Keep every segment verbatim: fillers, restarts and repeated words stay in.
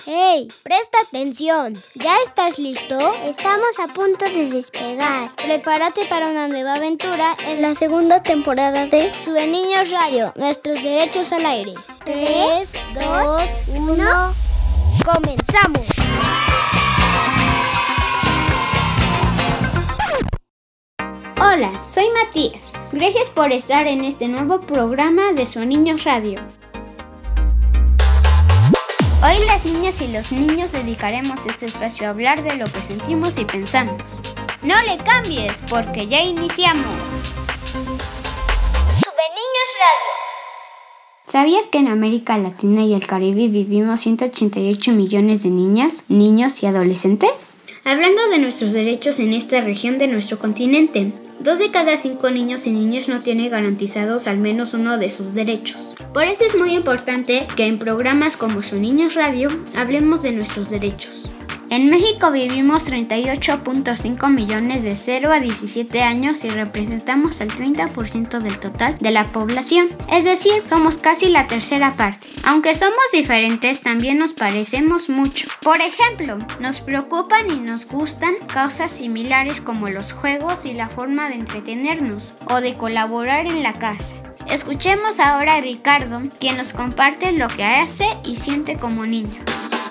¡Hey! ¡Presta atención! ¿Ya estás listo? Estamos a punto de despegar. Prepárate para una nueva aventura en la segunda temporada de Sube Niños Radio, nuestros derechos al aire. Tres, dos, uno... ¡Comenzamos! Hola, soy Matías. Gracias por estar en este nuevo programa de Sube Niños Radio. Hoy las niñas y los niños dedicaremos este espacio a hablar de lo que sentimos y pensamos. No le cambies, porque ya iniciamos. Sube Niños Radio. ¿Sabías que en América Latina y el Caribe vivimos ciento ochenta y ocho millones de niñas, niños y adolescentes? Hablando de nuestros derechos en esta región de nuestro continente, dos de cada cinco niños y niñas no tienen garantizados al menos uno de sus derechos. Por eso es muy importante que en programas como Sube Niños Radio hablemos de nuestros derechos. En México vivimos treinta y ocho punto cinco millones de cero a diecisiete años y representamos el treinta por ciento del total de la población. Es decir, somos casi la tercera parte. Aunque somos diferentes, también nos parecemos mucho. Por ejemplo, nos preocupan y nos gustan causas similares como los juegos y la forma de entretenernos o de colaborar en la casa. Escuchemos ahora a Ricardo, quien nos comparte lo que hace y siente como niño.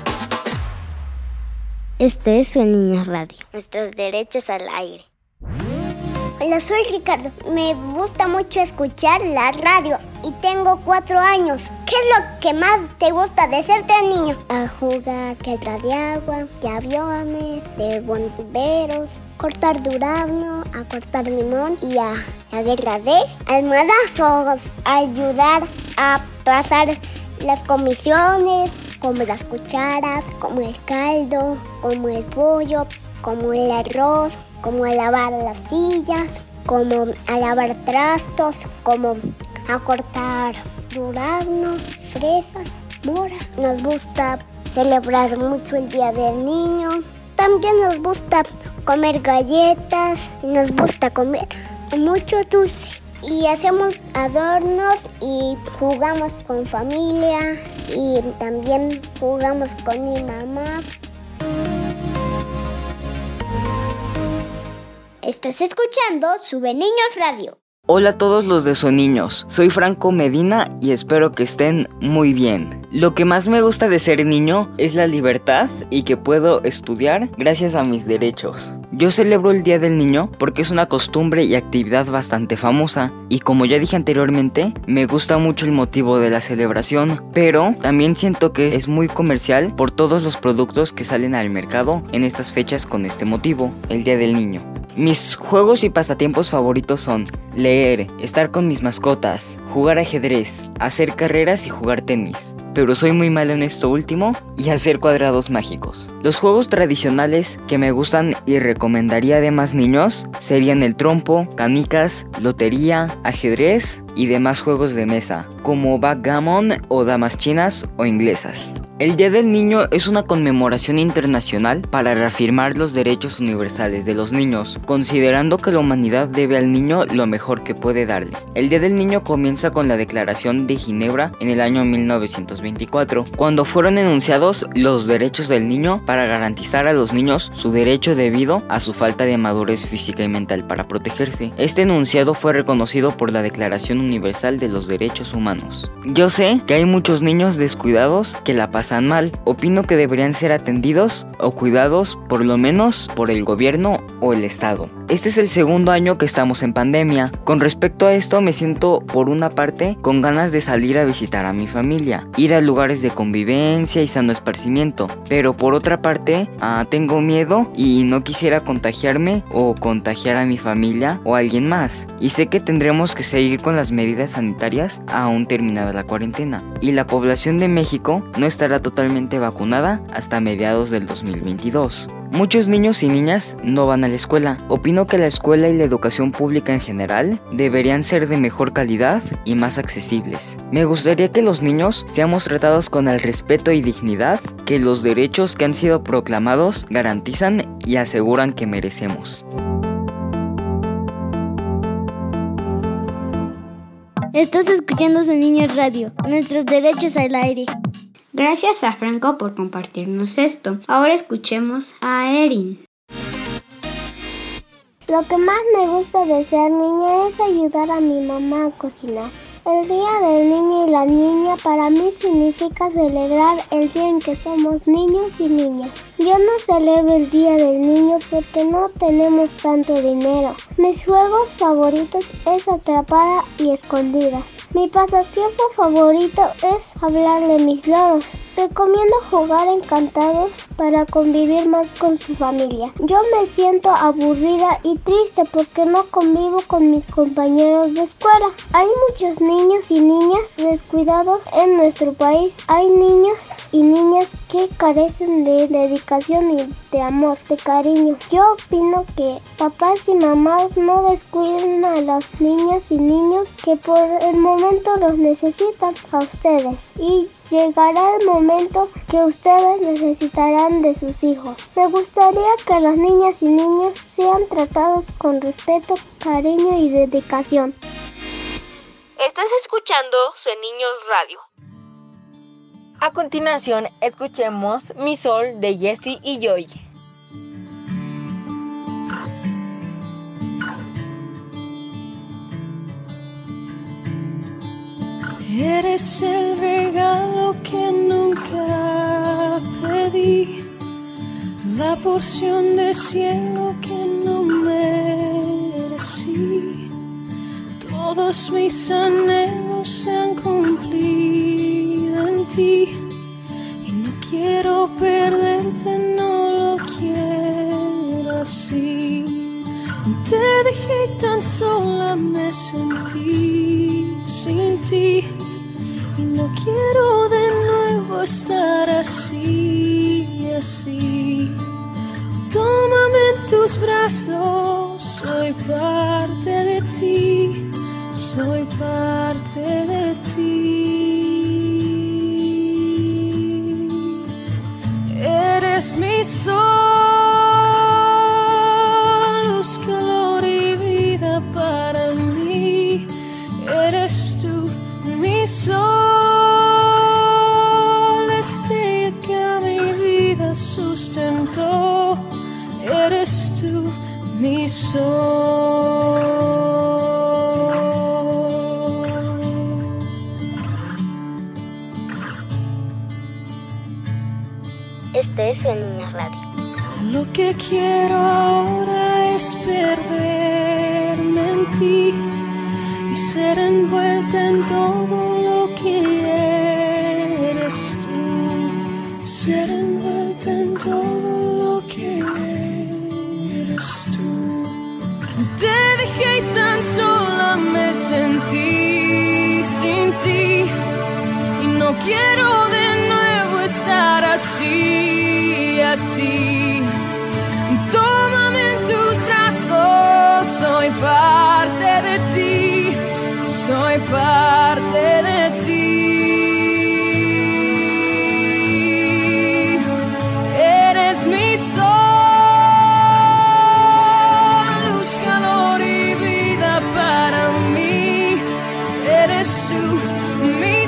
Esto es Sube Niños Radio, nuestros derechos al aire. Hola, soy Ricardo. Me gusta mucho escuchar la radio y tengo cuatro años. ¿Qué es lo que más te gusta de ser tan niño? A jugar guerras de agua, de aviones, de bomberos, cortar durazno, a cortar limón y a la guerra de almohadazos, ayudar a pasar las comisiones, como las cucharas, como el caldo, como el pollo, como el arroz, como a lavar las sillas, como a lavar trastos, como a cortar durazno, fresa, mora. Nos gusta celebrar mucho el Día del Niño. También nos gusta comer galletas, nos gusta comer mucho dulce. Y hacemos adornos y jugamos con familia y también jugamos con mi mamá. Estás escuchando Sube Niños Radio. Hola a todos los de Sube Niños, soy Franco Medina y espero que estén muy bien. Lo que más me gusta de ser niño es la libertad y que puedo estudiar gracias a mis derechos. Yo celebro el Día del Niño porque es una costumbre y actividad bastante famosa y como ya dije anteriormente, me gusta mucho el motivo de la celebración, pero también siento que es muy comercial por todos los productos que salen al mercado en estas fechas con este motivo, el Día del Niño. Mis juegos y pasatiempos favoritos son leer, estar con mis mascotas, jugar ajedrez, hacer carreras y jugar tenis. Pero soy muy malo en esto último y hacer cuadrados mágicos. Los juegos tradicionales que me gustan y recomendaría a demás niños serían el trompo, canicas, lotería, ajedrez y demás juegos de mesa, como backgammon o damas chinas o inglesas. El Día del Niño es una conmemoración internacional para reafirmar los derechos universales de los niños, considerando que la humanidad debe al niño lo mejor que puede darle. El Día del Niño comienza con la Declaración de Ginebra en el año mil novecientos veinticuatro, cuando fueron enunciados los derechos del niño para garantizar a los niños su derecho debido a su falta de madurez física y mental para protegerse. Este enunciado fue reconocido por la Declaración Universal de los Derechos Humanos. Yo sé que hay muchos niños descuidados que la pasan mal. Opino que deberían ser atendidos o cuidados por lo menos por el gobierno o el estado. Este es el segundo año que estamos en pandemia. Con respecto a esto me siento por una parte con ganas de salir a visitar a mi familia, ir a lugares de convivencia y sano esparcimiento, pero por otra parte uh, tengo miedo y no quisiera contagiarme o contagiar a mi familia o a alguien más, y sé que tendremos que seguir con las medidas sanitarias aún terminada la cuarentena, y la población de México no estará totalmente vacunada hasta mediados del dos mil veintidós. Muchos niños y niñas no van a la escuela. Opino que la escuela y la educación pública en general deberían ser de mejor calidad y más accesibles. Me gustaría que los niños seamos tratados con el respeto y dignidad que los derechos que han sido proclamados garantizan y aseguran que merecemos. Estás escuchando Sube Niños Radio, nuestros derechos al aire. Gracias a Franco por compartirnos esto. Ahora escuchemos a Erin. Lo que más me gusta de ser niña es ayudar a mi mamá a cocinar. El Día del Niño y la Niña para mí significa celebrar el día en que somos niños y niñas. Yo no celebro el Día del Niño porque no tenemos tanto dinero. Mis juegos favoritos es atrapada y escondidas. Mi pasatiempo favorito es hablar de mis loros. Recomiendo jugar encantados para convivir más con su familia. Yo me siento aburrida y triste porque no convivo con mis compañeros de escuela. Hay muchos niños y niñas descuidados en nuestro país. Hay niños y niñas que carecen de dedicación y de amor, de cariño. Yo opino que papás y mamás no descuiden a las niñas y niños que por el momento los necesitan a ustedes. Y llegará el momento que ustedes necesitarán de sus hijos. Me gustaría que las niñas y niños sean tratados con respeto, cariño y dedicación. Estás escuchando CENIños Radio. A continuación, escuchemos Mi Sol de Jessie y Joy. Eres el regalo que nunca pedí, la porción de cielo que no merecí. Todos mis anhelos se han cumplido en ti y no quiero perderte, no lo quiero así. Te dejé y tan sola me sentí sin ti y no quiero de nuevo estar así, así. Tómame en tus brazos, soy parte de ti, soy parte de ti. Eres mi sol, luz, calor y vida para mí. Eres tú mi sol, estrella que a mi vida sustentó. Eres tú mi sol. Esto es CENIños Radio. Lo que quiero ahora es perderme en ti y ser envuelta en todo lo que eres tú. Ser envuelta en todo lo que eres tú. Te dejé y tan sola me sentí sin ti y no quiero de nuevo estar así, así. Tómame en tus brazos, soy parte de ti, soy parte de ti. Eres mi sol, luz, calor y vida para mí. Eres tú mi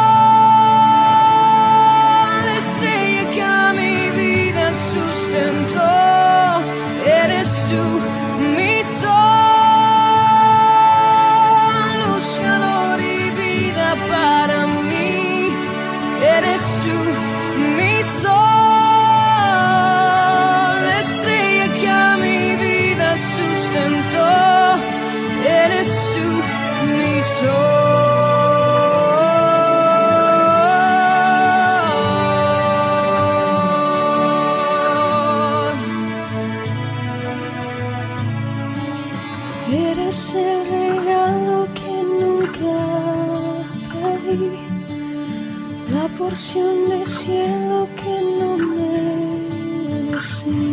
sol, estrella que a mi vida sustentó. Eres tú mi sol, luz, calor y vida para mí. Eres tú mi sol, estrella que a mi vida sustentó. Eres tú mi sol. Eres el regalo que nunca pedí, la porción de cielo que no merecí.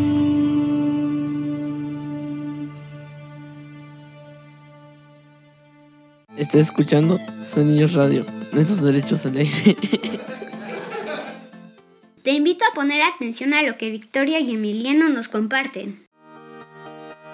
Está escuchando CENIños Radio, nuestros derechos al aire. Te invito a poner atención a lo que Victoria y Emiliano nos comparten.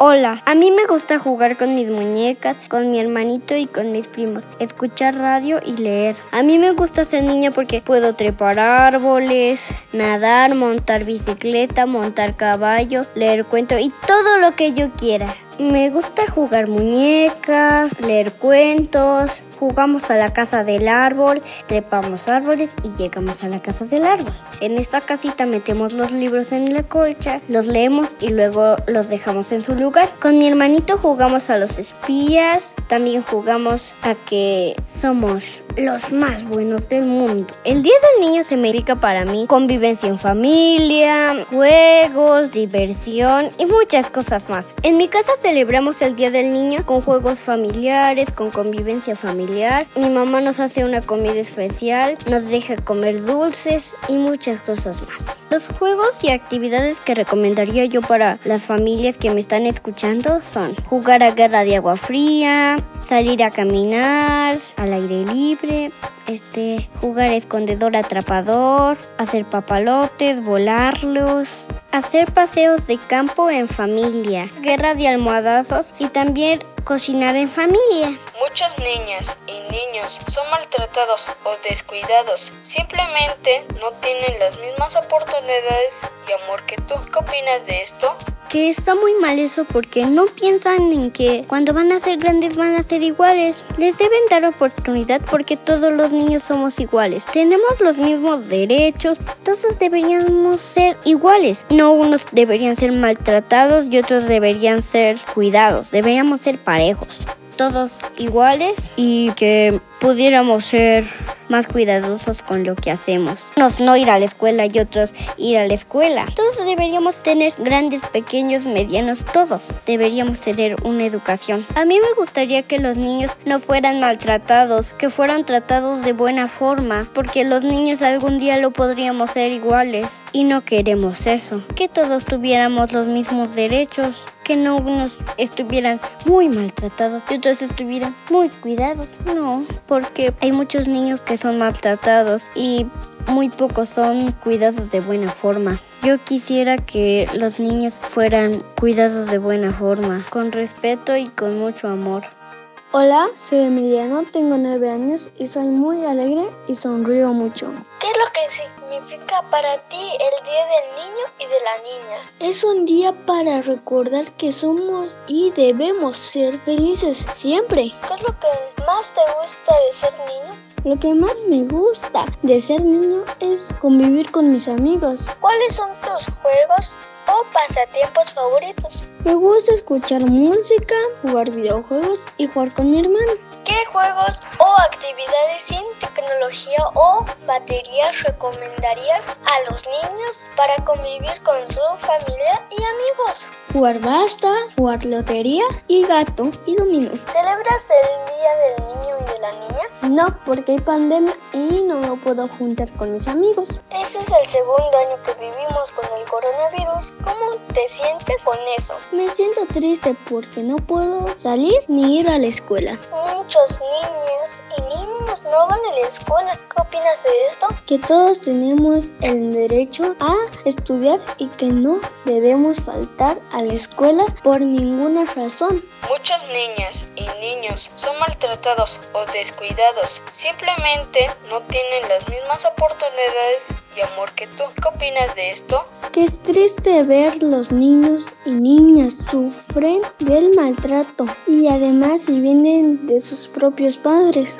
Hola, a mí me gusta jugar con mis muñecas, con mi hermanito y con mis primos, escuchar radio y leer. A mí me gusta ser niña porque puedo trepar árboles, nadar, montar bicicleta, montar caballo, leer cuentos y todo lo que yo quiera. Me gusta jugar muñecas, leer cuentos, jugamos a la casa del árbol, trepamos árboles y llegamos a la casa del árbol. En esta casita metemos los libros en la colcha, los leemos y luego los dejamos en su lugar. Con mi hermanito jugamos a los espías, también jugamos a que somos los más buenos del mundo. El Día del Niño significa para mí convivencia en familia, juegos, diversión y muchas cosas más. En mi casa celebramos el Día del Niño con juegos familiares, con convivencia familiar. Mi mamá nos hace una comida especial, nos deja comer dulces y muchas cosas más. Los juegos y actividades que recomendaría yo para las familias que me están escuchando son jugar a guerra de agua fría, salir a caminar al aire libre, este, jugar escondedor atrapador, hacer papalotes, volarlos, hacer paseos de campo en familia, guerra de almohadazos y también cocinar en familia. Muchas niñas y niños son maltratados o descuidados. Simplemente no tienen las mismas oportunidades y amor que tú. ¿Qué opinas de esto? Que está muy mal eso porque no piensan en que cuando van a ser grandes van a ser iguales. Les deben dar oportunidad porque todos los niños somos iguales. Tenemos los mismos derechos, todos deberíamos ser iguales. No unos deberían ser maltratados y otros deberían ser cuidados. Deberíamos ser parejos. Todos iguales y que pudiéramos ser más cuidadosos con lo que hacemos. Unos no ir a la escuela y otros ir a la escuela. Todos deberíamos tener grandes, pequeños, medianos, todos deberíamos tener una educación. A mí me gustaría que los niños no fueran maltratados, que fueran tratados de buena forma, porque los niños algún día lo podríamos ser iguales y no queremos eso. Que todos tuviéramos los mismos derechos, que no unos estuvieran muy maltratados y otros estuvieran muy cuidados. No, porque hay muchos niños que son maltratados y muy pocos son cuidados de buena forma. Yo quisiera que los niños fueran cuidados de buena forma, con respeto y con mucho amor. Hola, soy Emiliano, tengo nueve años y soy muy alegre y sonrío mucho. ¿Qué es lo que significa para ti el Día del Niño y de la Niña? Es un día para recordar que somos y debemos ser felices siempre. ¿Qué es lo que más te gusta de ser niño? Lo que más me gusta de ser niño es convivir con mis amigos. ¿Cuáles son tus juegos o pasatiempos favoritos? Me gusta escuchar música, jugar videojuegos y jugar con mi hermano. ¿Qué juegos o actividades sin tecnología o baterías recomendarías a los niños para convivir con su familia y amigos? Jugar basta, jugar lotería y gato y dominó. ¿Celebras el Día del Niño y de la Niña? No, porque hay pandemia y no lo puedo juntar con mis amigos. Este es el segundo año que vivimos con el coronavirus. ¿Cómo te sientes con eso? Me siento triste porque no puedo salir ni ir a la escuela. Muchos niños y niños no van a la escuela. ¿Qué opinas de esto? Que todos tenemos el derecho a estudiar y que no debemos faltar a la escuela por ninguna razón. Muchas niñas y niños son maltratados o descuidados. Simplemente no tienen las mismas oportunidades y amor que tú. ¿Qué opinas de esto? Que es triste ver los niños y niñas sufren del maltrato y además si vienen de sus propios padres.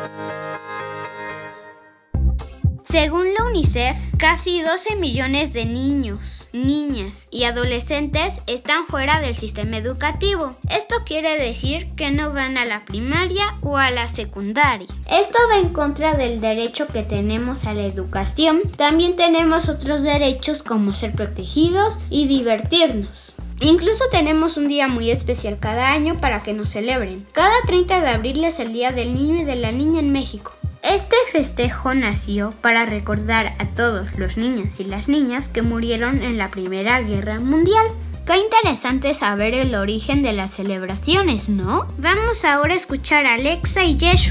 Según la UNICEF, casi doce millones de niños, niñas y adolescentes están fuera del sistema educativo. Esto quiere decir que no van a la primaria o a la secundaria. Esto va en contra del derecho que tenemos a la educación. También tenemos otros derechos como ser protegidos y divertirnos. Incluso tenemos un día muy especial cada año para que nos celebren. Cada treinta de abril es el Día del Niño y de la Niña en México. Este festejo nació para recordar a todos los niños y las niñas que murieron en la Primera Guerra Mundial. Qué interesante saber el origen de las celebraciones, ¿no? Vamos ahora a escuchar a Alexa y Yeshua.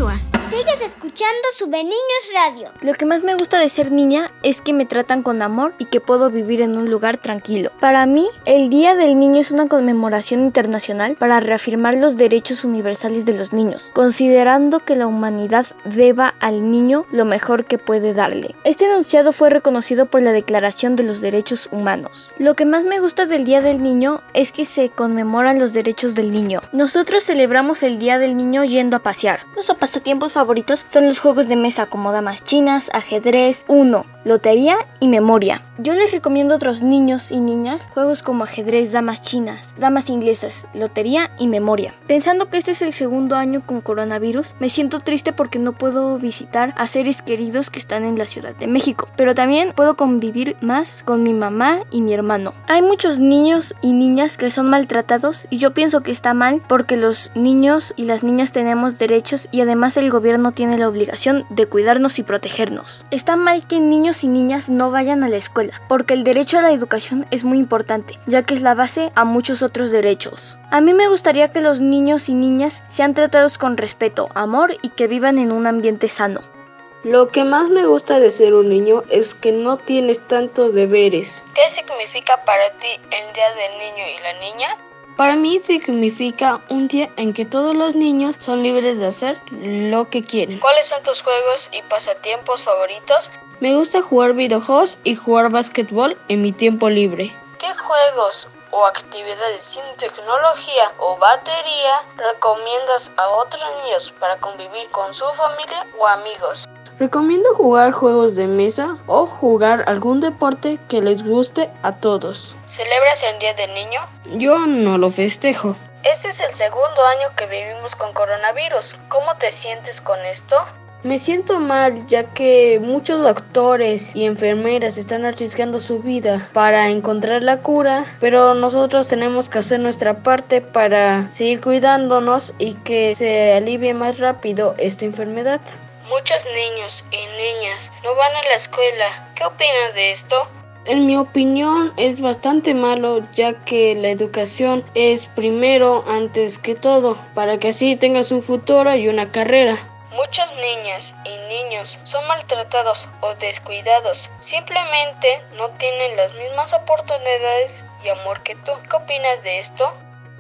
Sigues escuchando Sube Niños Radio. Lo que más me gusta de ser niña es que me tratan con amor y que puedo vivir en un lugar tranquilo. Para mí, el Día del Niño es una conmemoración internacional para reafirmar los derechos universales de los niños, considerando que la humanidad deba al niño lo mejor que puede darle. Este enunciado fue reconocido por la Declaración de los Derechos Humanos. Lo que más me gusta del Día del Niño es que se conmemoran los derechos del niño. Nosotros celebramos el Día del Niño yendo a pasear. Nuestros pasatiempos favoritos son los juegos de mesa como damas chinas, ajedrez, uno, lotería y memoria. Yo les recomiendo a otros niños y niñas juegos como ajedrez, damas chinas, damas inglesas, lotería y memoria. Pensando que este es el segundo año con coronavirus, me siento triste porque no puedo visitar a seres queridos que están en la Ciudad de México, pero también puedo convivir más con mi mamá y mi hermano. Hay muchos niños y niñas que son maltratados y yo pienso que está mal porque los niños y las niñas tenemos derechos y además el gobierno tiene la obligación de cuidarnos y protegernos. Está mal que niños y niñas no vayan a la escuela, porque el derecho a la educación es muy importante, ya que es la base a muchos otros derechos. A mí me gustaría que los niños y niñas sean tratados con respeto, amor y que vivan en un ambiente sano. Lo que más me gusta de ser un niño es que no tienes tantos deberes. ¿Qué significa para ti el Día del Niño y la Niña? Para mí significa un día en que todos los niños son libres de hacer lo que quieren. ¿Cuáles son tus juegos y pasatiempos favoritos? Me gusta jugar videojuegos y jugar básquetbol en mi tiempo libre. ¿Qué juegos o actividades sin tecnología o batería recomiendas a otros niños para convivir con su familia o amigos? Recomiendo jugar juegos de mesa o jugar algún deporte que les guste a todos. ¿Celebras el Día del Niño? Yo no lo festejo. Este es el segundo año que vivimos con coronavirus. ¿Cómo te sientes con esto? Me siento mal ya que muchos doctores y enfermeras están arriesgando su vida para encontrar la cura, pero nosotros tenemos que hacer nuestra parte para seguir cuidándonos y que se alivie más rápido esta enfermedad. Muchos niños y niñas no van a la escuela. ¿Qué opinas de esto? En mi opinión es bastante malo, ya que la educación es primero antes que todo, para que así tengas un futuro y una carrera. Muchas niñas y niños son maltratados o descuidados. Simplemente no tienen las mismas oportunidades y amor que tú. ¿Qué opinas de esto?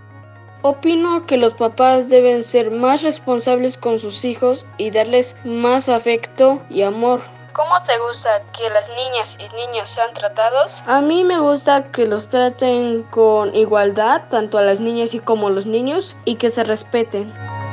Opino que los papás deben ser más responsables con sus hijos y darles más afecto y amor. ¿Cómo te gusta que las niñas y niños sean tratados? A mí me gusta que los traten con igualdad, tanto a las niñas y como a los niños, y que se respeten.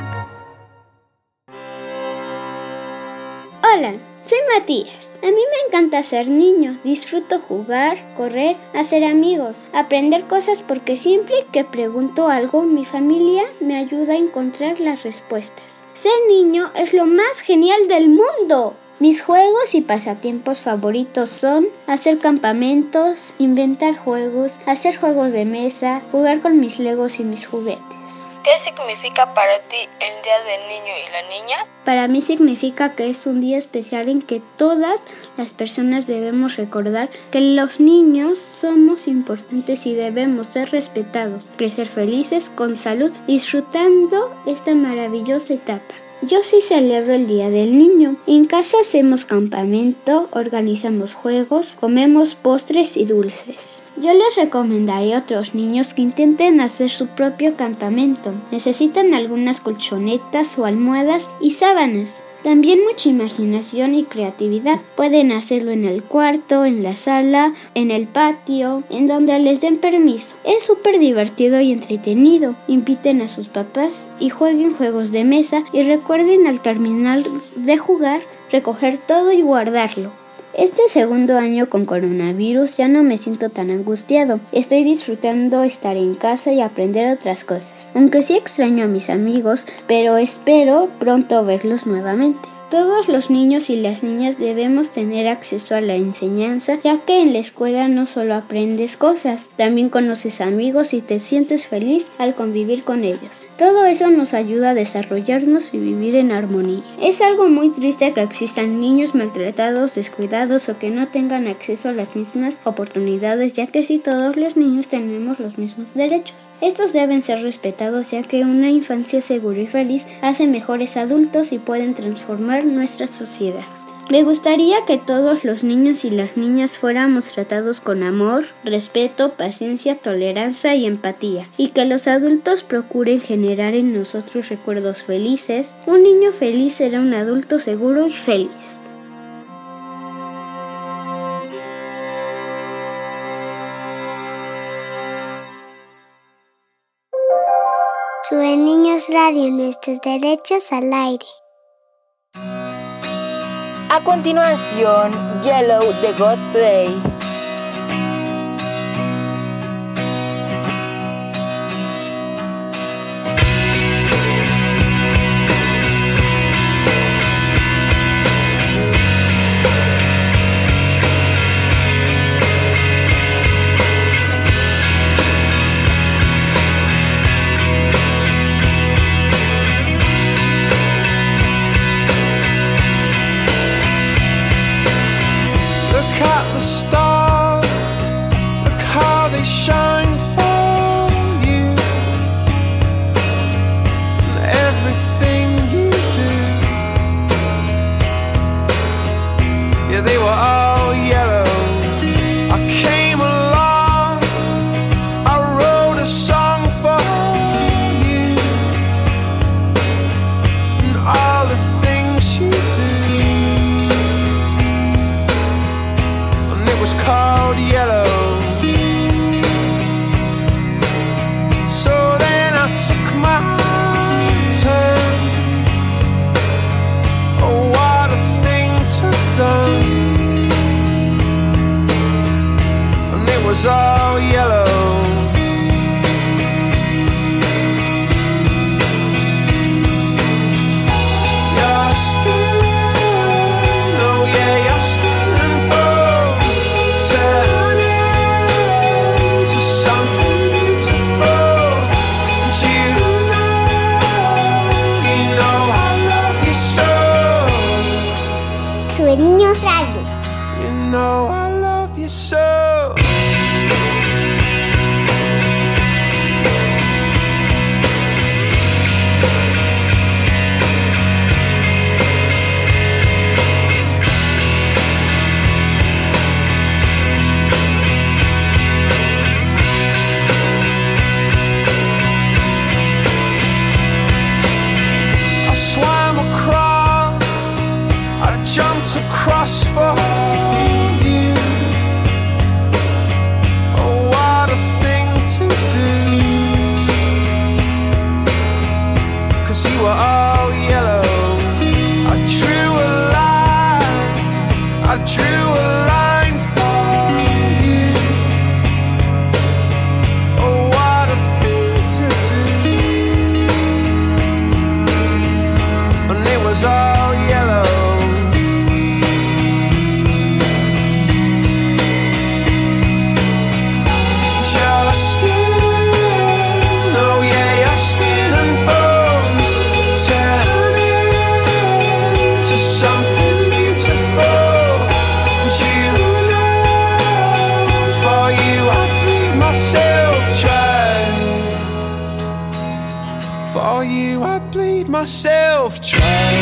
Hola, soy Matías. A mí me encanta ser niño, disfruto jugar, correr, hacer amigos, aprender cosas porque siempre que pregunto algo, mi familia me ayuda a encontrar las respuestas. Ser niño es lo más genial del mundo. Mis juegos y pasatiempos favoritos son hacer campamentos, inventar juegos, hacer juegos de mesa, jugar con mis legos y mis juguetes. ¿Qué significa para ti el Día del Niño y la Niña? Para mí significa que es un día especial en que todas las personas debemos recordar que los niños somos importantes y debemos ser respetados, crecer felices, con salud, disfrutando esta maravillosa etapa. Yo sí celebro el Día del Niño. En casa hacemos campamento, organizamos juegos, comemos postres y dulces. Yo les recomendaría a otros niños que intenten hacer su propio campamento. Necesitan algunas colchonetas o almohadas y sábanas. También mucha imaginación y creatividad. Pueden hacerlo en el cuarto, en la sala, en el patio, en donde les den permiso. Es súper divertido y entretenido. Inviten a sus papás y jueguen juegos de mesa y recuerden al terminar de jugar, recoger todo y guardarlo. Este segundo año con coronavirus ya no me siento tan angustiado. Estoy disfrutando estar en casa y aprender otras cosas. Aunque sí extraño a mis amigos, pero espero pronto verlos nuevamente. Todos los niños y las niñas debemos tener acceso a la enseñanza, ya que en la escuela no solo aprendes cosas, también conoces amigos y te sientes feliz al convivir con ellos. Todo eso nos ayuda a desarrollarnos y vivir en armonía. Es algo muy triste que existan niños maltratados, descuidados o que no tengan acceso a las mismas oportunidades, ya que si todos los niños tenemos los mismos derechos. Estos deben ser respetados, ya que una infancia segura y feliz hace mejores adultos y pueden transformar nuestra sociedad. Me gustaría que todos los niños y las niñas fuéramos tratados con amor, respeto, paciencia, tolerancia y empatía, y que los adultos procuren generar en nosotros recuerdos felices. Un niño feliz será un adulto seguro y feliz. Sube Niños Radio, nuestros derechos al aire. A continuación, Yellow de God Play. was all yellow. Your skin, oh yeah, your skin and bones turn into something beautiful. And you know, you know I love you so. Sube Niños Radio. You know I love you so. Across for you. Oh, what a thing to do. 'Cause you were all yellow. I drew a line, I drew a line for you. Oh, what a thing to do. And it was all yellow. For you I bleed myself dry.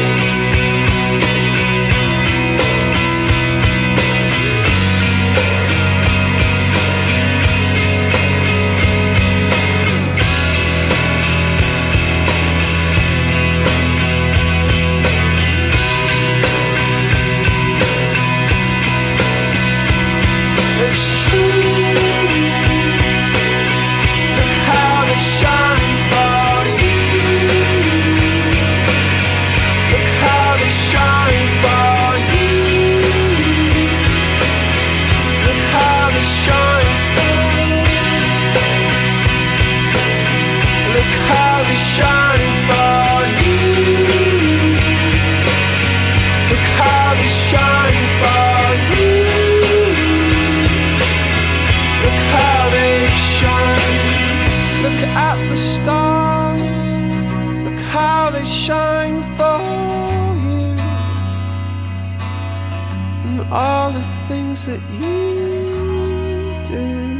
It's true. Look how they shine for you. Look how they shine for you. Look how they shine for you. Look how they shine for you. at the stars, look how they shine for you, and all the things that you do.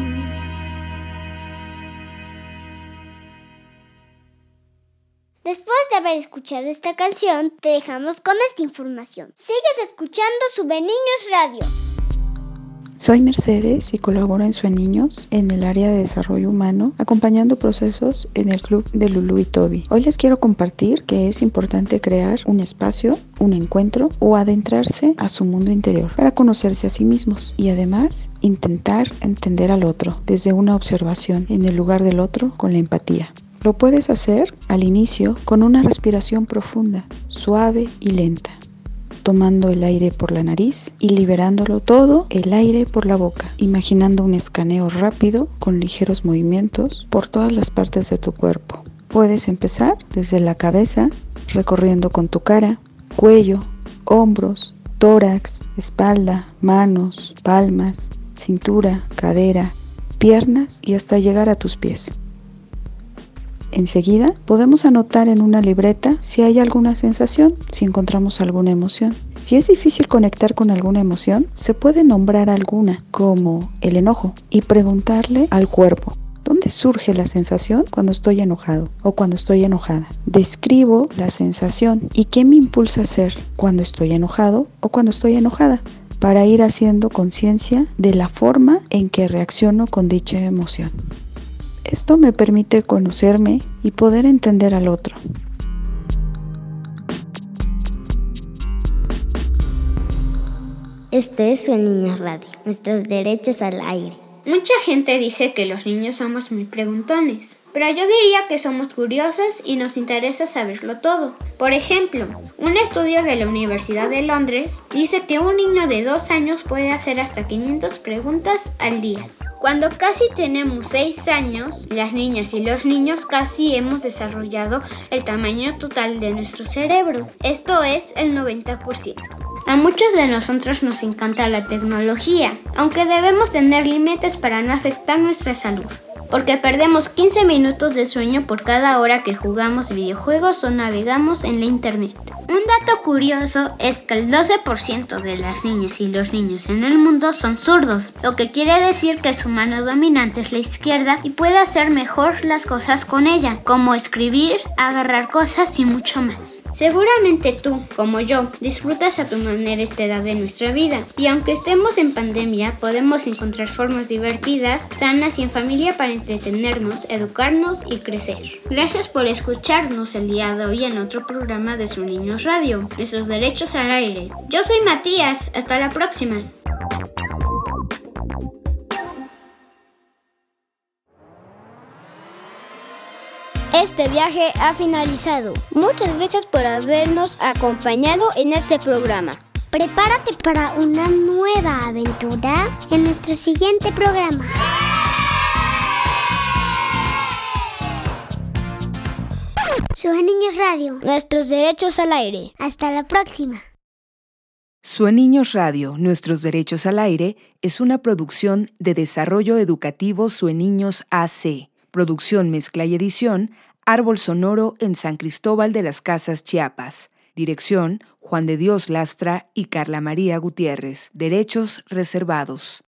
Después de haber escuchado esta canción, te dejamos con esta información. Sigues escuchando Sube Niños Radio. Soy Mercedes y colaboro en Sube Niños en el área de desarrollo humano, acompañando procesos en el club de Lulu y Toby. Hoy les quiero compartir que es importante crear un espacio, un encuentro o adentrarse a su mundo interior para conocerse a sí mismos y además intentar entender al otro desde una observación en el lugar del otro con la empatía. Lo puedes hacer al inicio con una respiración profunda, suave y lenta, tomando el aire por la nariz y liberándolo todo el aire por la boca, imaginando un escaneo rápido con ligeros movimientos por todas las partes de tu cuerpo. Puedes empezar desde la cabeza, recorriendo con tu cara, cuello, hombros, tórax, espalda, manos, palmas, cintura, cadera, piernas y hasta llegar a tus pies. Enseguida podemos anotar en una libreta si hay alguna sensación, si encontramos alguna emoción. Si es difícil conectar con alguna emoción, se puede nombrar alguna, como el enojo, y preguntarle al cuerpo: ¿dónde surge la sensación cuando estoy enojado o cuando estoy enojada? Describo la sensación y qué me impulsa a hacer cuando estoy enojado o cuando estoy enojada, para ir haciendo conciencia de la forma en que reacciono con dicha emoción. Esto me permite conocerme y poder entender al otro. Esto es Sube Niños Radio, nuestros derechos al aire. Mucha gente dice que los niños somos muy preguntones, pero yo diría que somos curiosos y nos interesa saberlo todo. Por ejemplo, un estudio de la Universidad de Londres dice que un niño de dos años puede hacer hasta quinientas preguntas al día. Cuando casi tenemos seis años, las niñas y los niños casi hemos desarrollado el tamaño total de nuestro cerebro. Esto es el noventa por ciento. A muchos de nosotros nos encanta la tecnología, aunque debemos tener límites para no afectar nuestra salud, porque perdemos quince minutos de sueño por cada hora que jugamos videojuegos o navegamos en la internet. Un dato curioso es que el doce por ciento de las niñas y los niños en el mundo son zurdos, lo que quiere decir que su mano dominante es la izquierda y puede hacer mejor las cosas con ella, como escribir, agarrar cosas y mucho más. Seguramente tú, como yo, disfrutas a tu manera esta edad de nuestra vida, y aunque estemos en pandemia, podemos encontrar formas divertidas, sanas y en familia para entretenernos, educarnos y crecer. Gracias por escucharnos el día de hoy en otro programa de Sube Niños Radio, nuestros derechos al aire. Yo soy Matías, hasta la próxima. Este viaje ha finalizado. Muchas gracias por habernos acompañado en este programa. Prepárate para una nueva aventura en nuestro siguiente programa. Sube Niños Radio, nuestros derechos al aire. Hasta la próxima. Sube Niños Radio, nuestros derechos al aire es una producción de Desarrollo Educativo Sube Niños A C. Producción, mezcla y edición, Árbol Sonoro en San Cristóbal de las Casas, Chiapas. Dirección, Juan de Dios Lastra y Carla María Gutiérrez. Derechos reservados.